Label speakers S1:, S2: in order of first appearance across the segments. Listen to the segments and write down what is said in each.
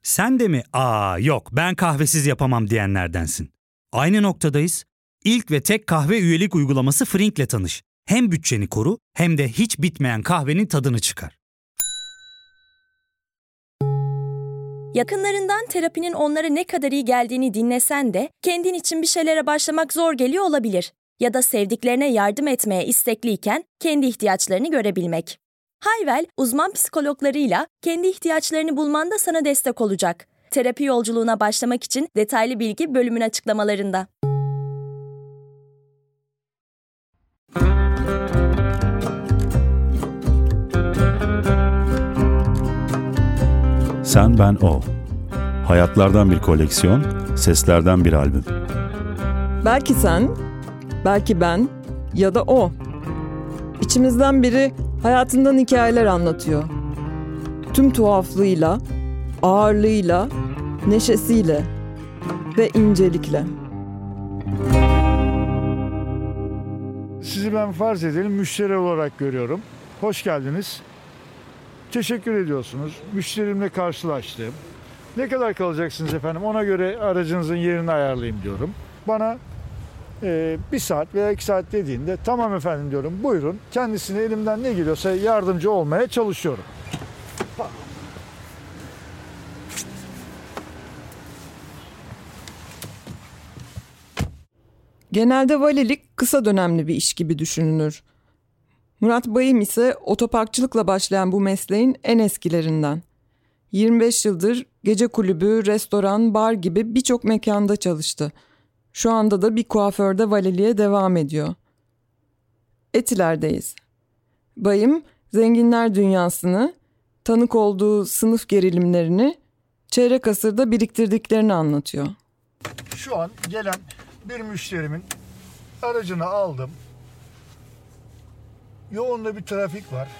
S1: Sen de mi yok ben kahvesiz yapamam diyenlerdensin? Aynı noktadayız. İlk ve tek kahve üyelik uygulaması Frink'le tanış. Hem bütçeni koru hem de hiç bitmeyen kahvenin tadını çıkar.
S2: Yakınlarından terapinin onlara ne kadar iyi geldiğini dinlesen de kendin için bir şeylere başlamak zor geliyor olabilir. Ya da sevdiklerine yardım etmeye istekliyken kendi ihtiyaçlarını görebilmek. Hayvel, uzman psikologlarıyla kendi ihtiyaçlarını bulmanda sana destek olacak. Terapi yolculuğuna başlamak için detaylı bilgi bölümün açıklamalarında.
S3: Sen, Ben, O. Hayatlardan bir koleksiyon, seslerden bir albüm.
S4: Belki sen, belki ben ya da o. İçimizden biri hayatından hikayeler anlatıyor. Tüm tuhaflığıyla, ağırlığıyla, neşesiyle ve incelikle.
S5: Sizi ben farz edelim müşteri olarak görüyorum. Hoş geldiniz. Teşekkür ediyorsunuz. Müşterimle karşılaştım. Ne kadar kalacaksınız efendim? Ona göre aracınızın yerini ayarlayayım diyorum. Bana 1 saat veya 2 saat dediğinde tamam efendim diyorum. Buyurun. Kendisine elimden ne geliyorsa yardımcı olmaya çalışıyorum.
S4: Genelde valilik kısa dönemli bir iş gibi düşünülür. Murat Bayım ise otoparkçılıkla başlayan bu mesleğin en eskilerinden. 25 yıldır gece kulübü, restoran, bar gibi birçok mekanda çalıştı. Şu anda da bir kuaförde valiliğe devam ediyor. Etiler'deyiz. Bayım, zenginler dünyasını, tanık olduğu sınıf gerilimlerini, çeyrek asırda biriktirdiklerini anlatıyor.
S5: Şu an gelen bir müşterimin aracını aldım. Yoğun da bir trafik var.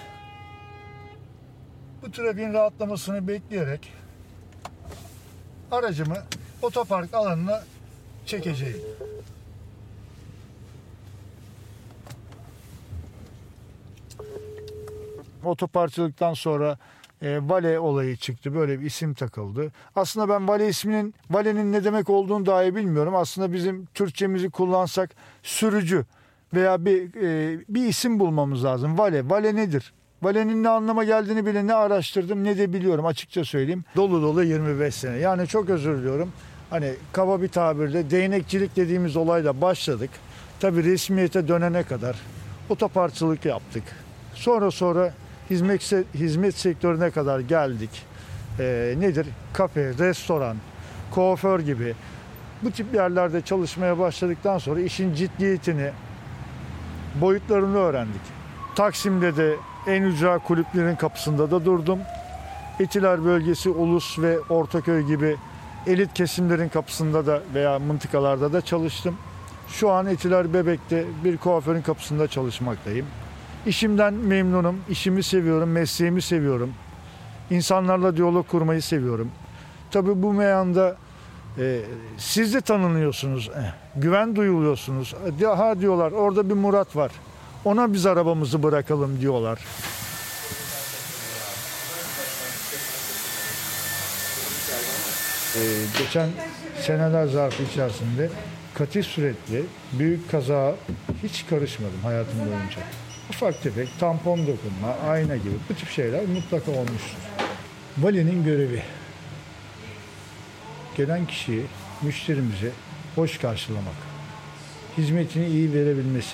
S5: Bu trafiğin rahatlamasını bekleyerek aracımı otopark alanına çekeceğim. Otoparkçılıktan sonra vale olayı çıktı. Böyle bir isim takıldı. Aslında ben valenin ne demek olduğunu dahi bilmiyorum. Aslında bizim Türkçemizi kullansak sürücü veya bir isim bulmamız lazım. Vale nedir? Valenin ne anlama geldiğini bile ne araştırdım ne de biliyorum açıkça söyleyeyim. Dolu 25 sene. Yani çok özür diliyorum. Hani kaba bir tabirle değnekçilik dediğimiz olayla başladık. Tabii resmiyete dönene kadar otoparkçılık yaptık. Sonra hizmet sektörüne kadar geldik. Nedir? Kafe, restoran, kuaför gibi bu tip yerlerde çalışmaya başladıktan sonra işin ciddiyetini, boyutlarını öğrendik. Taksim'de de en ücra kulüplerin kapısında da durdum. Etiler bölgesi, Ulus ve Ortaköy gibi elit kesimlerin kapısında da veya mıntıkalarda da çalıştım. Şu an Etiler Bebek'te bir kuaförün kapısında çalışmaktayım. İşimden memnunum, işimi seviyorum, mesleğimi seviyorum. İnsanlarla diyalog kurmayı seviyorum. Tabii bu meyanda siz de tanınıyorsunuz, güven duyuluyorsunuz. Ha diyorlar orada bir Murat var, ona biz arabamızı bırakalım diyorlar. Geçen seneler zarfı içerisinde katil suretli büyük kaza hiç karışmadım hayatım boyunca. Ufak tefek tampon dokunma, ayna gibi bu tip şeyler mutlaka olmuştur. Valinin görevi gelen kişiyi, müşterimizi hoş karşılamak, hizmetini iyi verebilmesi,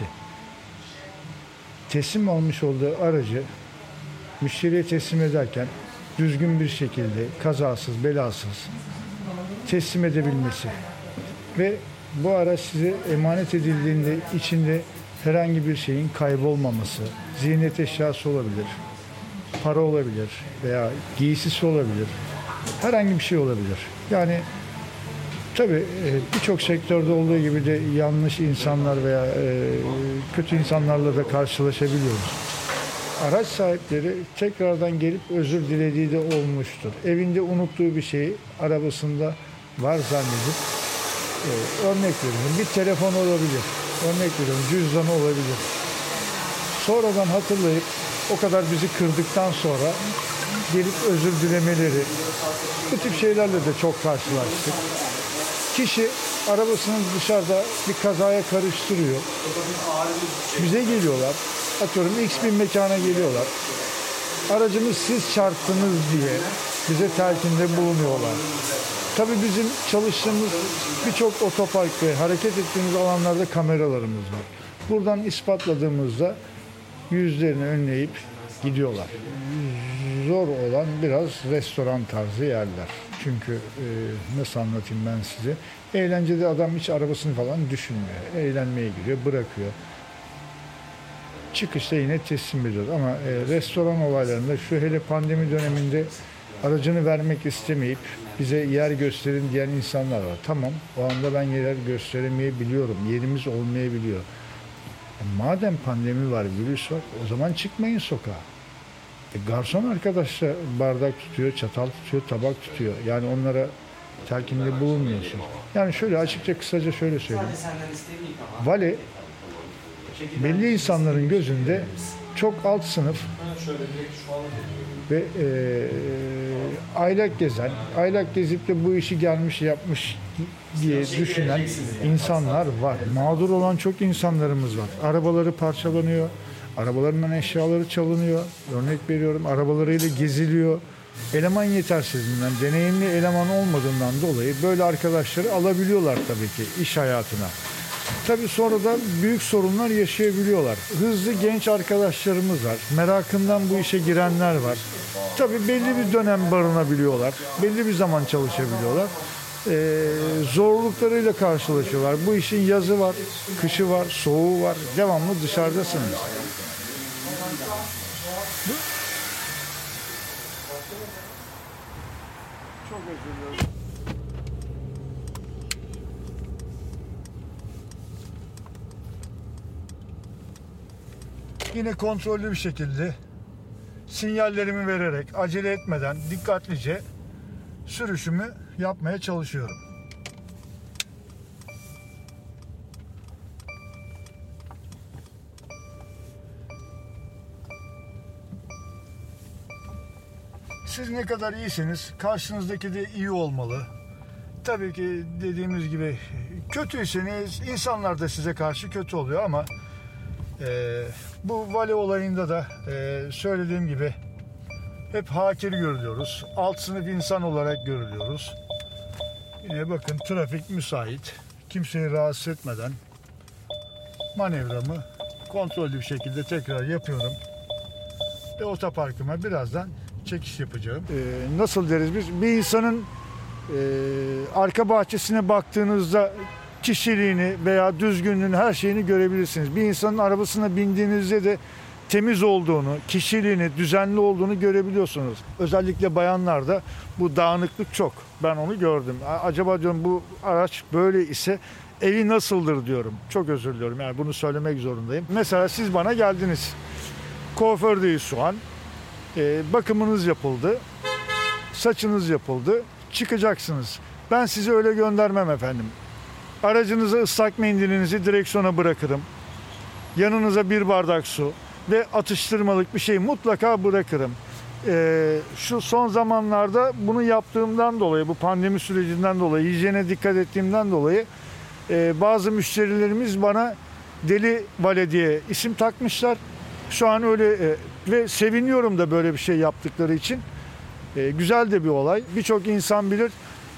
S5: teslim almış olduğu aracı müşteriye teslim ederken düzgün bir şekilde kazasız, belasız teslim edebilmesi ve bu araç size emanet edildiğinde içinde herhangi bir şeyin kaybolmaması, ziynet eşyası olabilir, para olabilir veya giysisi olabilir, herhangi bir şey olabilir. Yani tabii birçok sektörde olduğu gibi de yanlış insanlar veya kötü insanlarla da karşılaşabiliyoruz. Araç sahipleri tekrardan gelip özür dilediği de olmuştur. Evinde unuttuğu bir şeyi arabasında var zannedip örnek veriyorum bir telefon olabilir, örnek veriyorum cüzdanı olabilir. Sonradan hatırlayıp o kadar bizi kırdıktan sonra gelip özür dilemeleri, bu tip şeylerle de çok karşılaştık. Kişi arabasını dışarıda bir kazaya karıştırıyor. Bize geliyorlar. Atıyorum X bir mekana geliyorlar. Aracımız siz çarptınız diye bize telkinde bulunuyorlar. Tabii bizim çalıştığımız birçok otopark ve hareket ettiğimiz alanlarda kameralarımız var. Buradan ispatladığımızda yüzlerini önleyip gidiyorlar. Zor olan biraz restoran tarzı yerler. Çünkü nasıl anlatayım ben size? Eğlencede adam hiç arabasını falan düşünmüyor. Eğlenmeye giriyor, bırakıyor. Çıkışta yine teslim ediyor. Ama restoran olaylarında şu hele pandemi döneminde aracını vermek istemeyip bize yer gösterin diyen insanlar var. Tamam, o anda ben yer gösteremeyebiliyorum. Yerimiz olmayabiliyor. Madem pandemi var, virüs var, o zaman çıkmayın sokağa. Garson arkadaşlar bardak tutuyor, çatal tutuyor, tabak tutuyor. Yani onlara telkinde bulunmuyorsun. Yani şöyle açıkça kısaca şöyle söyleyeyim. Vale belli insanların gözünde çok alt sınıf ve aylak gezen, aylak gezip de bu işi gelmiş yapmış diye düşünen insanlar var. Mağdur olan çok insanlarımız var. Arabaları parçalanıyor, arabalarından eşyaları çalınıyor. Örnek veriyorum, arabalarıyla geziliyor. Eleman yetersizliğinden, deneyimli eleman olmadığından dolayı böyle arkadaşları alabiliyorlar tabii ki iş hayatına. Tabii sonra da büyük sorunlar yaşayabiliyorlar. Hızlı genç arkadaşlarımız var. Merakından bu işe girenler var. Tabii belli bir dönem barınabiliyorlar. Belli bir zaman çalışabiliyorlar. Zorluklarıyla karşılaşıyorlar. Bu işin yazı var, kışı var, soğuğu var. Devamlı dışarıdasınız. Çok özür dilerim. Yine kontrollü bir şekilde sinyallerimi vererek, acele etmeden, dikkatlice sürüşümü yapmaya çalışıyorum. Siz ne kadar iyisiniz, karşınızdaki de iyi olmalı. Tabii ki dediğimiz gibi kötüyseniz insanlar da size karşı kötü oluyor ama bu vale olayında da söylediğim gibi hep hakir görülüyoruz. Alt sınıf insan olarak görülüyoruz. Yine bakın trafik müsait. Kimseyi rahatsız etmeden manevramı kontrollü bir şekilde tekrar yapıyorum. Ve otoparkıma birazdan çekiş yapacağım. Nasıl deriz biz? Bir insanın arka bahçesine baktığınızda kişiliğini veya düzgünlüğünü, her şeyini görebilirsiniz. Bir insanın arabasına bindiğinizde de temiz olduğunu, kişiliğini, düzenli olduğunu görebiliyorsunuz. Özellikle bayanlarda bu dağınıklık çok. Ben onu gördüm. Acaba diyorum bu araç böyle ise evi nasıldır diyorum. Çok özür diliyorum. Yani bunu söylemek zorundayım. Mesela siz bana geldiniz. Kuafördeyiz şu an. Bakımınız yapıldı. Saçınız yapıldı. Çıkacaksınız. Ben sizi öyle göndermem efendim. Aracınıza ıslak mendilinizi direksiyona bırakırım. Yanınıza bir bardak su ve atıştırmalık bir şey mutlaka bırakırım. Şu son zamanlarda bunu yaptığımdan dolayı, bu pandemi sürecinden dolayı, hijyene dikkat ettiğimden dolayı bazı müşterilerimiz bana Deli Vale diye isim takmışlar. Şu an öyle ve seviniyorum da böyle bir şey yaptıkları için. Güzel de bir olay. Birçok insan bilir.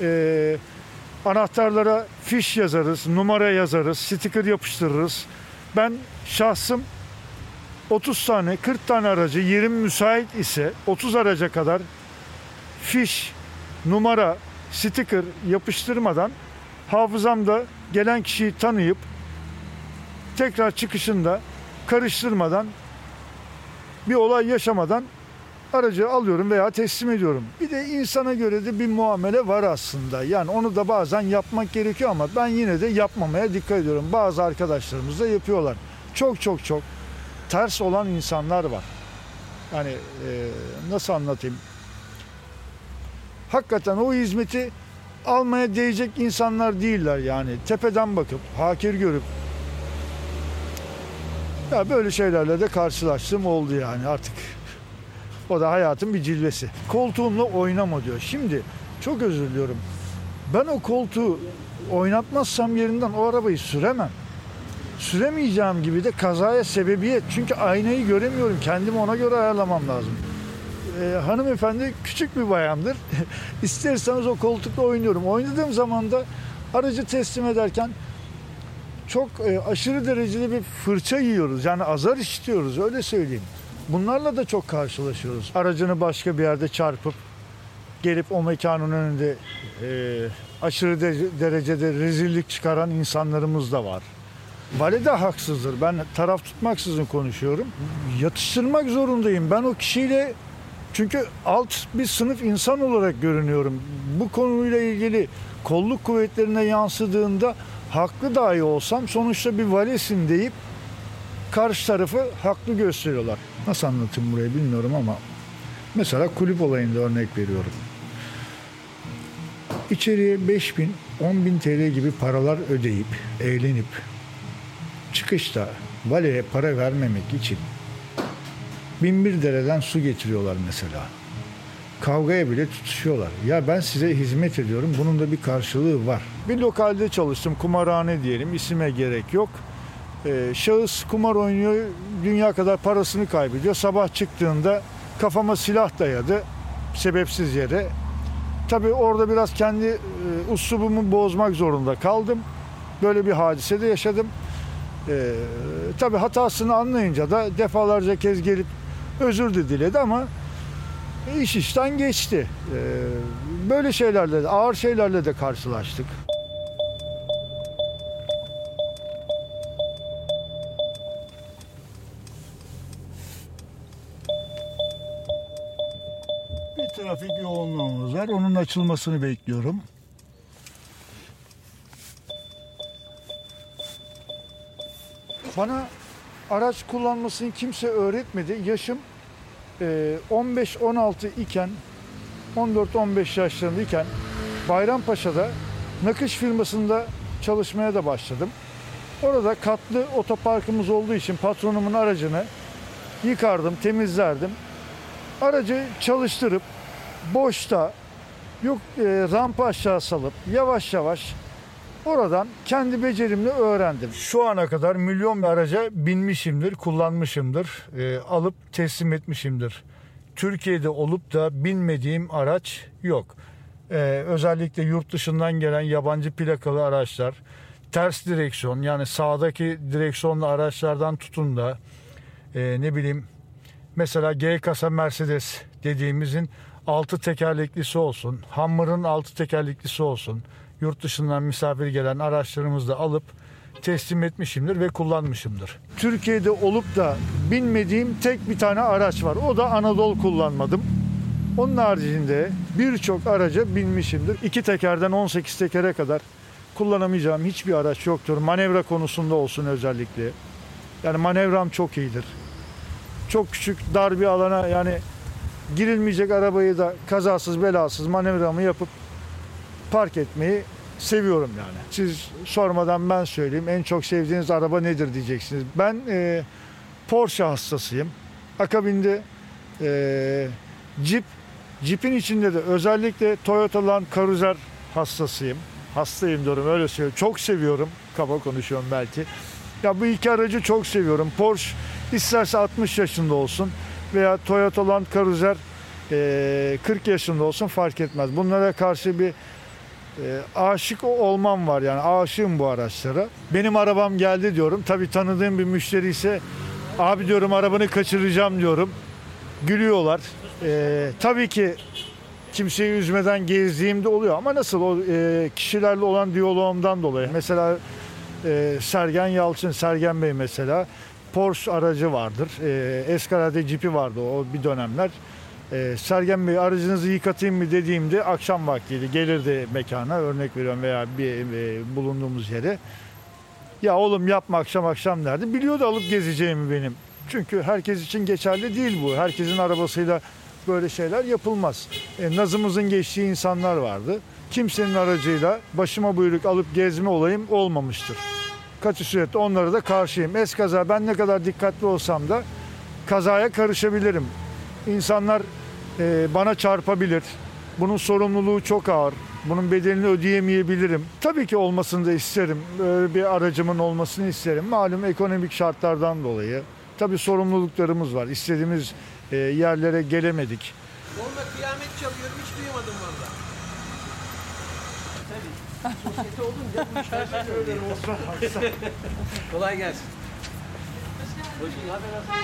S5: Anahtarlara fiş yazarız, numara yazarız, sticker yapıştırırız. Ben şahsım 30 tane, 40 tane aracı yerim müsait ise 30 araca kadar fiş, numara, sticker yapıştırmadan hafızamda gelen kişiyi tanıyıp tekrar çıkışında karıştırmadan, bir olay yaşamadan aracı alıyorum veya teslim ediyorum. Bir de insana göre de bir muamele var aslında. Yani onu da bazen yapmak gerekiyor ama ben yine de yapmamaya dikkat ediyorum. Bazı arkadaşlarımız da yapıyorlar. Çok ters olan insanlar var. Yani nasıl anlatayım? Hakikaten o hizmeti almaya değecek insanlar değiller yani. Tepeden bakıp, hakir görüp. Ya böyle şeylerle de karşılaştığım oldu yani artık. O da hayatın bir cilvesi. Koltuğunla oynama diyor. Şimdi çok özür diliyorum. Ben o koltuğu oynatmazsam yerinden o arabayı süremem. Süremeyeceğim gibi de kazaya sebebiyet. Çünkü aynayı göremiyorum. Kendimi ona göre ayarlamam lazım. Hanımefendi küçük bir bayandır. İsterseniz o koltukla oynuyorum. Oynadığım zaman da aracı teslim ederken çok aşırı derecede bir fırça yiyoruz. Yani azar işitiyoruz, öyle söyleyeyim. Bunlarla da çok karşılaşıyoruz. Aracını başka bir yerde çarpıp gelip o mekanın önünde aşırı derecede rezillik çıkaran insanlarımız da var. Vali de haksızdır. Ben taraf tutmaksızın konuşuyorum. Yatıştırmak zorundayım. Ben o kişiyle, çünkü alt bir sınıf insan olarak görünüyorum. Bu konuyla ilgili kolluk kuvvetlerine yansıdığında haklı dahi olsam sonuçta bir valisin deyip karşı tarafı haklı gösteriyorlar. Nasıl anlatayım burayı bilmiyorum ama mesela kulüp olayında örnek veriyorum. İçeriye 5.000, 10.000 TL gibi paralar ödeyip, eğlenip çıkışta valeye para vermemek için Binbirdere'den su getiriyorlar mesela. Kavgaya bile tutuşuyorlar. Ya ben size hizmet ediyorum. Bunun da bir karşılığı var. Bir lokalde çalıştım. Kumarhane diyelim. İsime gerek yok. Şahıs kumar oynuyor. Dünya kadar parasını kaybediyor. Sabah çıktığında kafama silah dayadı. Sebepsiz yere. Tabii orada biraz kendi uslubumu bozmak zorunda kaldım. Böyle bir hadise de yaşadım. Tabii hatasını anlayınca da defalarca kez gelip özür de diledi ama iş işten geçti. Böyle şeylerle de, ağır şeylerle de karşılaştık. Bir trafik yoğunluğumuz var. Onun açılmasını bekliyorum. Bana araç kullanmasını kimse öğretmedi. Yaşım 15-16 iken, 14-15 yaşlarındayken Bayrampaşa'da nakış firmasında çalışmaya da başladım. Orada katlı otoparkımız olduğu için patronumun aracını yıkardım, temizlerdim. Aracı çalıştırıp boşta rampa aşağı salıp yavaş yavaş oradan kendi becerimle öğrendim. Şu ana kadar milyon bir araca binmişimdir, kullanmışımdır, alıp teslim etmişimdir. Türkiye'de olup da binmediğim araç yok. Özellikle yurt dışından gelen yabancı plakalı araçlar, ters direksiyon, yani sağdaki direksiyonlu araçlardan tutun da mesela G kasa Mercedes dediğimizin 6 tekerleklisi olsun, Hummer'ın 6 tekerleklisi olsun, yurt dışından misafir gelen araçlarımızı da alıp teslim etmişimdir ve kullanmışımdır. Türkiye'de olup da binmediğim tek bir tane araç var. O da Anadolu kullanmadım. Onun haricinde birçok araca binmişimdir. 2 tekerden 18 tekere kadar kullanamayacağım hiçbir araç yoktur. Manevra konusunda olsun özellikle. Yani manevram çok iyidir. Çok küçük, dar bir alana, yani girilmeyecek arabayı da kazasız belasız manevramı yapıp park etmeyi seviyorum yani. Siz sormadan ben söyleyeyim. En çok sevdiğiniz araba nedir diyeceksiniz. Ben Porsche hastasıyım. Akabinde Jeep'in içinde de özellikle Toyota Land Cruiser hastasıyım. Hastayım diyorum, öyle söylüyorum. Çok seviyorum. Kaba konuşuyorum belki. Ya bu iki aracı çok seviyorum. Porsche isterse 60 yaşında olsun veya Toyota Land Cruiser 40 yaşında olsun, fark etmez. Bunlara karşı bir aşık olmam var, yani aşığım bu araçlara. Benim arabam geldi diyorum. Tabii tanıdığım bir müşteri ise abi diyorum arabanı kaçıracağım diyorum. Gülüyorlar. Tabii ki kimseyi üzmeden gezdiğimde oluyor ama nasıl o kişilerle olan diyaloğumdan dolayı. Mesela Sergen Bey mesela Porsche aracı vardır. Escalade Jeep'i vardı o bir dönemler. Sergen Bey aracınızı yıkatayım mı dediğimde akşam vaktiydi, gelirdi mekana, örnek veriyorum, veya bir bulunduğumuz yere. Ya oğlum yapma akşam derdi. Biliyordu alıp gezeceğimi benim. Çünkü herkes için geçerli değil bu. Herkesin arabasıyla böyle şeyler yapılmaz. Nazımızın geçtiği insanlar vardı. Kimsenin aracıyla başıma buyruk alıp gezme olayım olmamıştır. Katı surette onlara da karşıyım. Eskaza ben ne kadar dikkatli olsam da kazaya karışabilirim. İnsanlar bana çarpabilir. Bunun sorumluluğu çok ağır. Bunun bedelini ödeyemeyebilirim. Tabii ki olmasını da isterim. Böyle bir aracımın olmasını isterim. Malum ekonomik şartlardan dolayı. Tabii sorumluluklarımız var. İstediğimiz yerlere gelemedik.
S6: Orada kıyamet çalıyorum, hiç duymadım valla. Tabii. Sosyete olunca bu işler böyle oluyor. Kolay gelsin. Hoş geldin. Haber nasıl?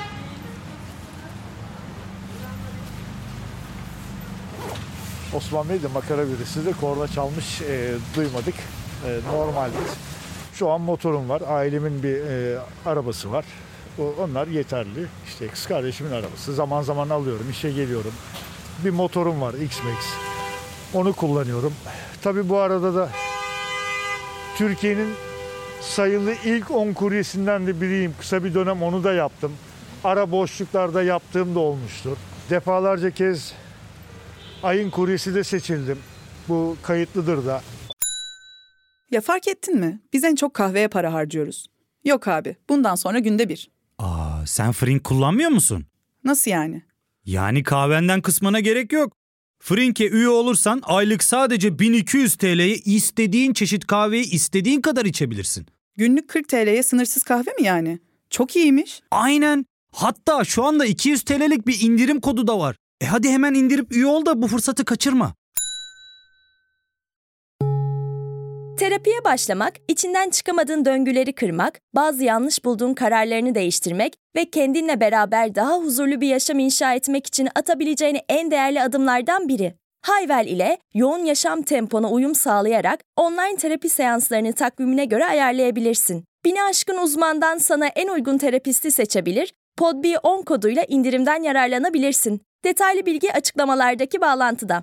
S5: Osman Bey de makara birisi de korna çalmış duymadık. Normaldir. Şu an motorum var. Ailemin bir arabası var. Onlar yeterli. İşte kız kardeşimin arabası. Zaman zaman alıyorum, işe geliyorum. Bir motorum var X-Max. Onu kullanıyorum. Tabii bu arada da Türkiye'nin sayılı ilk 10 kuryesinden de biriyim. Kısa bir dönem onu da yaptım. Ara boşluklarda yaptığım da olmuştur. Defalarca kez ayın kuryesi de seçildim. Bu kayıtlıdır da.
S7: Ya fark ettin mi? Biz en çok kahveye para harcıyoruz. Yok abi, bundan sonra günde bir.
S1: Sen Frink kullanmıyor musun?
S7: Nasıl yani?
S1: Yani kahvenden kısmına gerek yok. Frink'e üye olursan aylık sadece 1200 TL'ye istediğin çeşit kahveyi istediğin kadar içebilirsin.
S7: Günlük 40 TL'ye sınırsız kahve mi yani? Çok iyiymiş.
S1: Aynen. Hatta şu anda 200 TL'lik bir indirim kodu da var. Hadi hemen indirip üye ol da bu fırsatı kaçırma.
S2: Terapiye başlamak, içinden çıkamadığın döngüleri kırmak, bazı yanlış bulduğun kararlarını değiştirmek ve kendinle beraber daha huzurlu bir yaşam inşa etmek için atabileceğin en değerli adımlardan biri. Hayvel ile yoğun yaşam tempona uyum sağlayarak online terapi seanslarını takvimine göre ayarlayabilirsin. 1000'i aşkın uzmandan sana en uygun terapisti seçebilir, PODB10 koduyla indirimden yararlanabilirsin. Detaylı bilgi açıklamalardaki bağlantıda.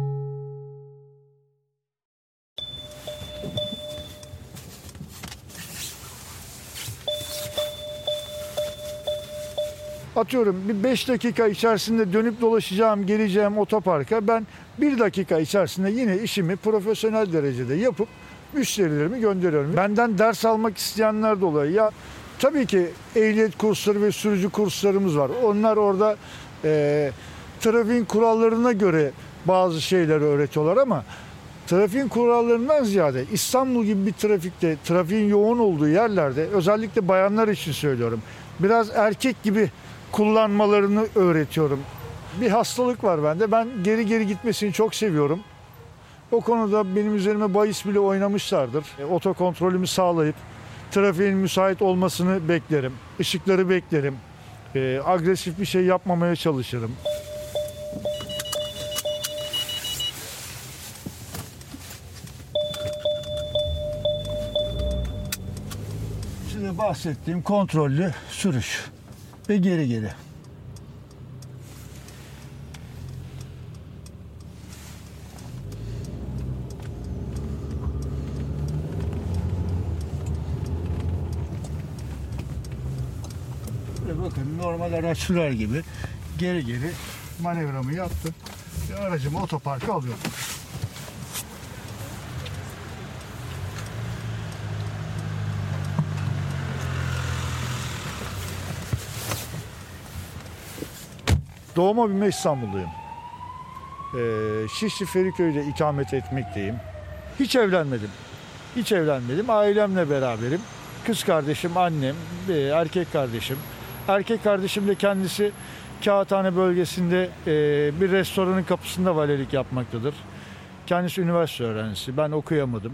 S5: Atıyorum bir 5 dakika içerisinde dönüp dolaşacağım, geleceğim otoparka. Ben 1 dakika içerisinde yine işimi profesyonel derecede yapıp müşterilerimi gönderiyorum. Benden ders almak isteyenler de oluyor. Ya tabii ki ehliyet kursları ve sürücü kurslarımız var. Onlar orada trafiğin kurallarına göre bazı şeyleri öğretiyorlar ama trafiğin kurallarından ziyade İstanbul gibi bir trafikte, trafiğin yoğun olduğu yerlerde özellikle bayanlar için söylüyorum. Biraz erkek gibi kullanmalarını öğretiyorum. Bir hastalık var bende. Ben geri geri gitmesini çok seviyorum. O konuda benim üzerime bahis bile oynamışlardır. Otokontrolümü sağlayıp trafiğin müsait olmasını beklerim. Işıkları beklerim. Agresif bir şey yapmamaya çalışırım. Size bahsettiğim kontrollü sürüş ve geri geri. Ve bakın normal araçlar gibi geri geri manevramı yaptım ve aracımı otoparka alıyorum. Doğma büyüme İstanbulluyum. Şişli Feriköy'de ikamet etmekteyim. Hiç evlenmedim. Hiç evlenmedim. Ailemle beraberim. Kız kardeşim, annem, erkek kardeşim. Erkek kardeşim de kendisi Kağıthane bölgesinde bir restoranın kapısında valilik yapmaktadır. Kendisi üniversite öğrencisi. Ben okuyamadım.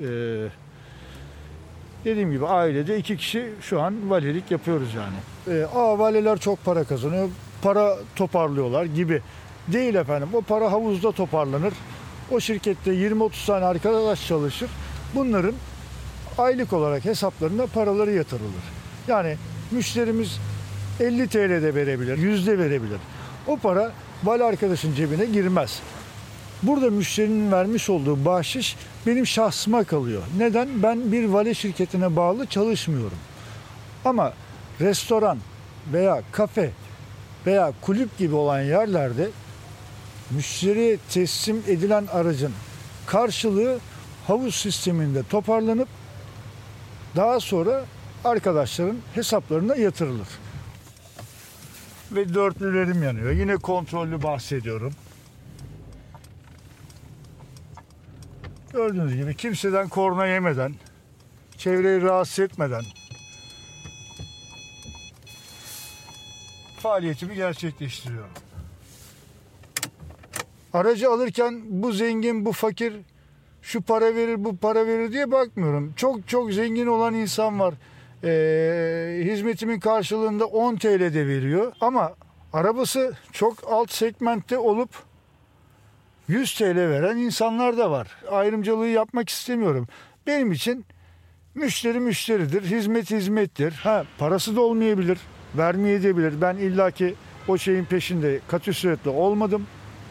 S5: Dediğim gibi ailede 2 kişi şu an valilik yapıyoruz yani. Valiler çok para kazanıyor. Para toparlıyorlar gibi. Değil efendim. O para havuzda toparlanır. O şirkette 20-30 tane arkadaş çalışır. Bunların aylık olarak hesaplarına paraları yatırılır. Yani müşterimiz 50 TL de verebilir, 100 de verebilir. O para vali arkadaşın cebine girmez. Burada müşterinin vermiş olduğu bahşiş benim şahsıma kalıyor. Neden? Ben bir vali şirketine bağlı çalışmıyorum. Ama restoran veya kafe veya kulüp gibi olan yerlerde müşteriye teslim edilen aracın karşılığı havuz sisteminde toparlanıp daha sonra arkadaşların hesaplarına yatırılır. ve dörtlülerim yanıyor. Yine kontrollü bahsediyorum. Gördüğünüz gibi kimseden korna yemeden, çevreyi rahatsız etmeden faaliyetimi gerçekleştiriyorum. Aracı alırken bu zengin, bu fakir, şu para verir, bu para verir diye bakmıyorum. Çok çok zengin olan insan var. Hizmetimin karşılığında 10 TL de veriyor. Ama arabası çok alt segmentte olup 100 TL veren insanlar da var. Ayrımcılığı yapmak istemiyorum. Benim için müşteri müşteridir, hizmet hizmettir. Parası da olmayabilir, vermeyebilir. Ben illaki o şeyin peşinde katı süretle olmadım.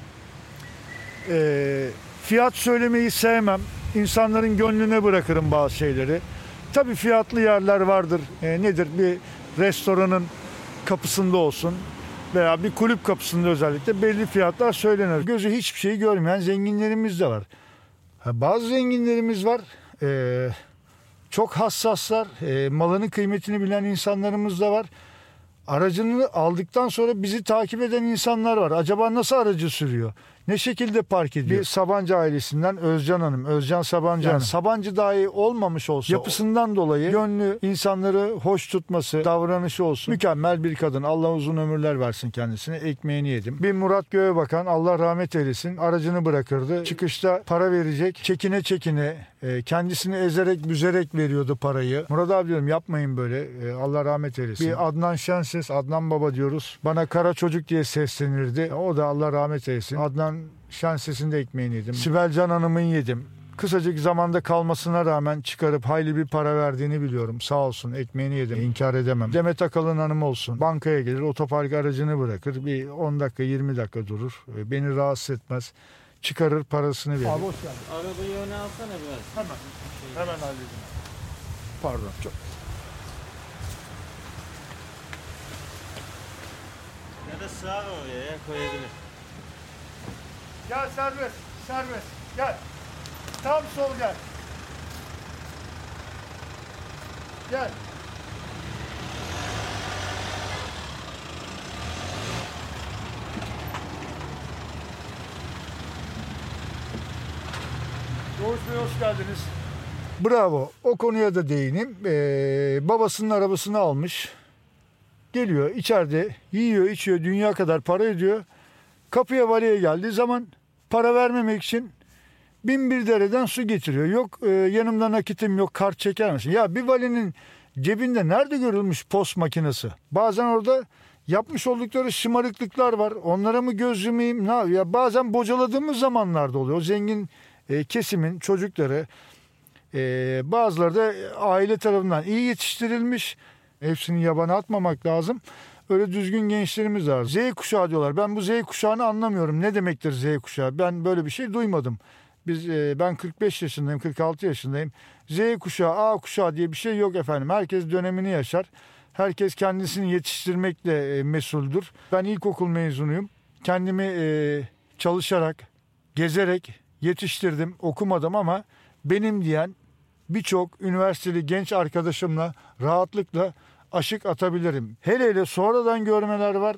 S5: Fiyat söylemeyi sevmem. İnsanların gönlüne bırakırım bazı şeyleri. Tabii fiyatlı yerler vardır. Nedir? Bir restoranın kapısında olsun veya bir kulüp kapısında özellikle belli fiyatlar söylenir. Gözü hiçbir şeyi görmeyen zenginlerimiz de var. Bazı zenginlerimiz var. Çok hassaslar. Malının kıymetini bilen insanlarımız da var. Aracını aldıktan sonra bizi takip eden insanlar var. Acaba nasıl aracı sürüyor? Ne şekilde park ediyor? Bir Sabancı ailesinden Özcan Hanım, Özcan Sabancı Hanım. Sabancı dahi olmamış olsa yapısından dolayı gönlü insanları hoş tutması, davranışı olsun. Mükemmel bir kadın. Allah uzun ömürler versin kendisine. Ekmeğini yedim. Bir Murat Göğebakan, Allah rahmet eylesin, aracını bırakırdı. Çıkışta para verecek. Çekine çekine, kendisini ezerek büzerek veriyordu parayı. Murat abi diyorum yapmayın böyle. Allah rahmet eylesin. Bir Adnan Şenses, Adnan Baba diyoruz. Bana kara çocuk diye seslenirdi. O da Allah rahmet eylesin. Adnan Şenses'in de ekmeğini yedim. Sibel Can Hanım'ın yedim. Kısacık zamanda kalmasına rağmen çıkarıp hayli bir para verdiğini biliyorum. Sağ olsun, ekmeğini yedim. İnkar edemem. Demet Akalın Hanım olsun. Bankaya gelir, otopark aracını bırakır. Bir 10 dakika 20 dakika durur. Beni rahatsız etmez. Çıkarır, parasını verir. Abi hoş geldin.
S6: Arabayı öne alsana biraz.
S5: Hemen halledin. Pardon. Çok.
S6: Ya da sığar oraya ya, koyabilir.
S5: Gel serbest, serbest. Gel. Tam sol gel. Gel. Doğuş Bey hoş geldiniz. Bravo. O konuya da değineyim. Babasının arabasını almış. Geliyor içeride yiyor içiyor, dünya kadar para ediyor. Kapıya valiye geldiği zaman para vermemek için 1001 dereden su getiriyor. Yok yanımda nakitim yok, kart çeker misin? Ya bir valinin cebinde nerede görülmüş post makinesi? Bazen orada yapmış oldukları şımarıklıklar var. Onlara mı göz yumayım? Ya bazen bocaladığımız zamanlarda oluyor. O zengin kesimin çocukları bazıları da aile tarafından iyi yetiştirilmiş. Hepsini yabana atmamak lazım. Öyle düzgün gençlerimiz var. Z kuşağı diyorlar. Ben bu Z kuşağını anlamıyorum. Ne demektir Z kuşağı? Ben böyle bir şey duymadım. Ben 45 yaşındayım, 46 yaşındayım. Z kuşağı, A kuşağı diye bir şey yok efendim. Herkes dönemini yaşar. Herkes kendisini yetiştirmekle mesuldür. Ben ilkokul mezunuyum. Kendimi çalışarak, gezerek yetiştirdim. Okumadım ama benim diyen birçok üniversiteli genç arkadaşımla rahatlıkla aşık atabilirim. Hele sonradan görmeler var.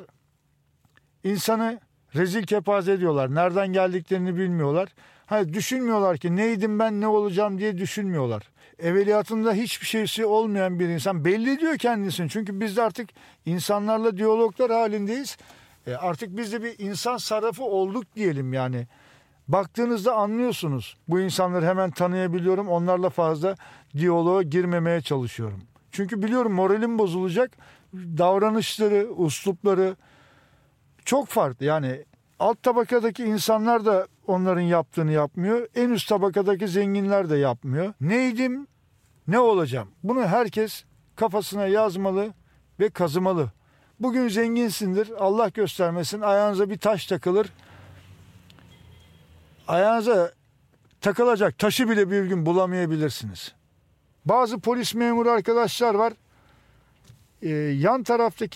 S5: İnsanı rezil kepaze ediyorlar. Nereden geldiklerini bilmiyorlar. Düşünmüyorlar ki neydim ben, ne olacağım diye düşünmüyorlar. Evveliyatında hiçbir şeysi olmayan bir insan belli ediyor kendisini. Çünkü biz de artık insanlarla diyaloglar halindeyiz. Artık biz de bir insan sarrafı olduk diyelim yani. Baktığınızda anlıyorsunuz. Bu insanları hemen tanıyabiliyorum. Onlarla fazla diyaloğa girmemeye çalışıyorum. Çünkü biliyorum moralim bozulacak. Davranışları, üslupları çok farklı. Yani alt tabakadaki insanlar da onların yaptığını yapmıyor. En üst tabakadaki zenginler de yapmıyor. Neydim, ne olacağım? Bunu herkes kafasına yazmalı ve kazımalı. Bugün zenginsindir. Allah göstermesin. Ayağınıza bir taş takılır. Ayağınıza takılacak taşı bile bir gün bulamayabilirsiniz. Bazı polis memuru arkadaşlar var. Yan taraftaki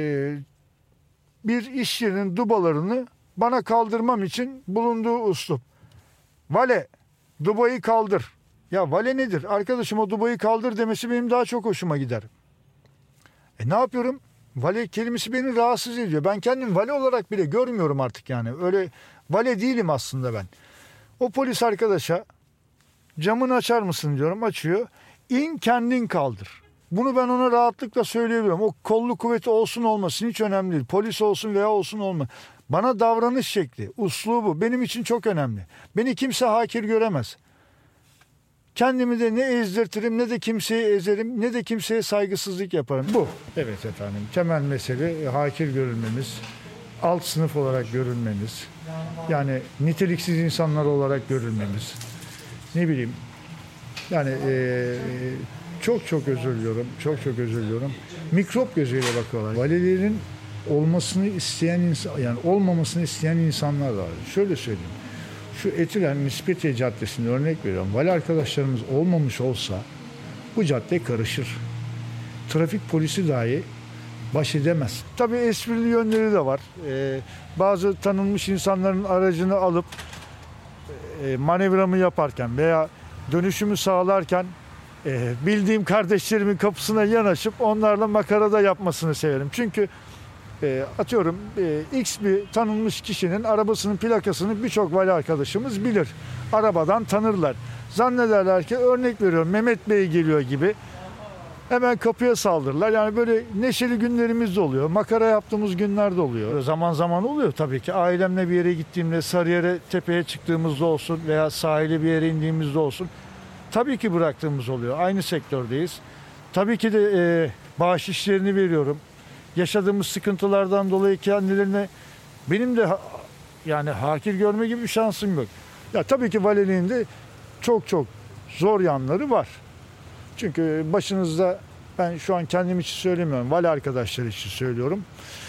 S5: bir iş yerinin dubalarını bana kaldırmam için bulunduğu uslup. Vale, dubayı kaldır. Ya vale nedir? Arkadaşım o dubayı kaldır demesi benim daha çok hoşuma gider. Ne yapıyorum? Vale kelimesi beni rahatsız ediyor. Ben kendimi vale olarak bile görmüyorum artık yani. Öyle vale değilim aslında ben. O polis arkadaşa camını açar mısın diyorum, açıyor. İn kendin kaldır. Bunu ben ona rahatlıkla söyleyebiliyorum. O kolluk kuvveti olsun olmasın hiç önemli değil. Polis olsun veya olsun olma. Bana davranış şekli, uslubu benim için çok önemli. Beni kimse hakir göremez. Kendimi de ne ezdirtirim, ne de kimseyi ezerim, ne de kimseye saygısızlık yaparım. Bu. Evet efendim. Temel mesele hakir görülmemiz, alt sınıf olarak görülmemiz, yani niteliksiz insanlar olarak görülmemiz. Ne bileyim. Yani çok özür diliyorum. Çok özür diliyorum. Mikrop gözüyle bakıyorlar. Valelerin olmasını isteyen yani olmamasını isteyen insanlar var. Şöyle söyleyeyim. Şu Etiler Nispetiye Caddesi'nde örnek veriyorum. Vali arkadaşlarımız olmamış olsa bu cadde karışır. Trafik polisi dahi baş edemez. Tabii esprili yönleri de var. Bazı tanınmış insanların aracını alıp manevramı yaparken veya dönüşümü sağlarken bildiğim kardeşlerimin kapısına yanaşıp onlarla makarada yapmasını severim. Çünkü atıyorum X bir tanınmış kişinin arabasının plakasını birçok vali arkadaşımız bilir. Arabadan tanırlar. Zannederler ki örnek veriyorum Mehmet Bey geliyor gibi. Hemen kapıya saldırırlar. Yani böyle neşeli günlerimiz de oluyor. Makara yaptığımız günler de oluyor. Zaman zaman oluyor tabii ki. Ailemle bir yere gittiğimde Sarıyer'e tepeye çıktığımızda olsun veya sahile bir yere indiğimizde olsun. Tabii ki bıraktığımız oluyor. Aynı sektördeyiz. Tabii ki de bahşişlerini veriyorum. Yaşadığımız sıkıntılardan dolayı kendilerine benim de yani hakir görme gibi bir şansım yok. Ya tabii ki valiliğin de çok zor yanları var. Çünkü başınızda ben şu an kendim için söylemiyorum. Vali arkadaşlar için söylüyorum.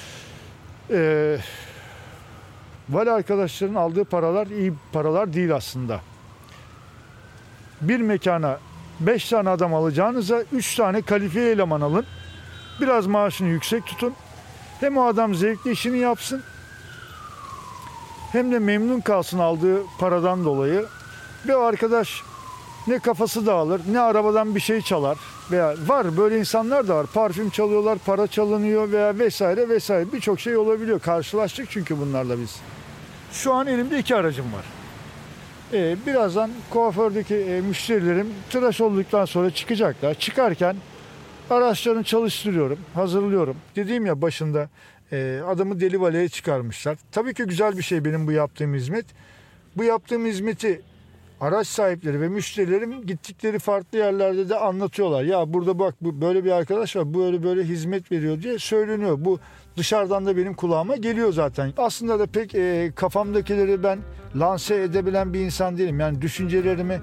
S5: Vali arkadaşların aldığı paralar iyi paralar değil aslında. Bir mekana 5 tane adam alacağınıza 3 tane kalifiye eleman alın. Biraz maaşını yüksek tutun. Hem o adam zevkli işini yapsın. Hem de memnun kalsın aldığı paradan dolayı. Ve o arkadaş ne kafası dağılır, ne arabadan bir şey çalar. Veya var böyle insanlar da var. Parfüm çalıyorlar, para çalınıyor veya vesaire vesaire. Birçok şey olabiliyor. Karşılaştık çünkü bunlarla biz. Şu an elimde 2 aracım var. Birazdan kuafördeki müşterilerim tıraş olduktan sonra çıkacaklar. Çıkarken araçlarını çalıştırıyorum, hazırlıyorum. Dediğim ya başında adamı deli valeye çıkarmışlar. Tabii ki güzel bir şey benim bu yaptığım hizmet. Bu yaptığım hizmeti araç sahipleri ve müşterilerim gittikleri farklı yerlerde de anlatıyorlar. Ya burada bak bu böyle bir arkadaş var, böyle hizmet veriyor diye söyleniyor. Bu dışarıdan da benim kulağıma geliyor zaten. Aslında da pek kafamdakileri ben lanse edebilen bir insan değilim. Yani düşüncelerimi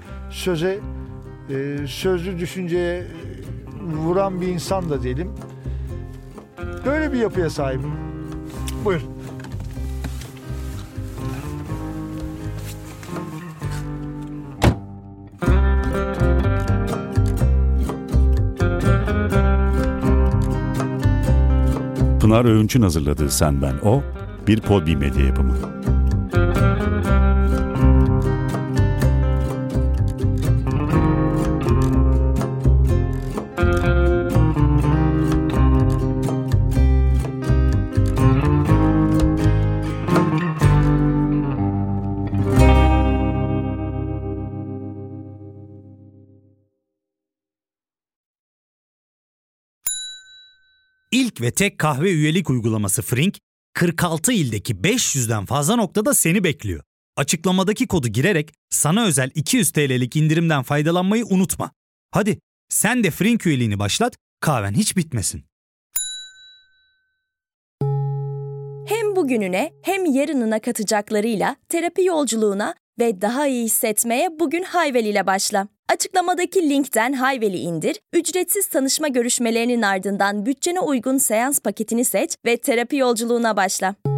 S5: sözlü düşünceye vuran bir insan da değilim. Böyle bir yapıya sahibim. Buyur.
S3: Pınar Öğünç'ün hazırladığı Sen Ben O, bir Podbi Medya yapımı.
S1: İlk ve tek kahve üyelik uygulaması Frink, 46 ildeki 500'den fazla noktada seni bekliyor. Açıklamadaki kodu girerek sana özel 200 TL'lik indirimden faydalanmayı unutma. Hadi sen de Frink üyeliğini başlat, kahven hiç bitmesin.
S2: Hem bugününe hem yarınına katacaklarıyla terapi yolculuğuna ve daha iyi hissetmeye bugün Hayvel ile başla. Açıklamadaki linkten Hayvel'i indir, ücretsiz tanışma görüşmelerinin ardından bütçene uygun seans paketini seç ve terapi yolculuğuna başla.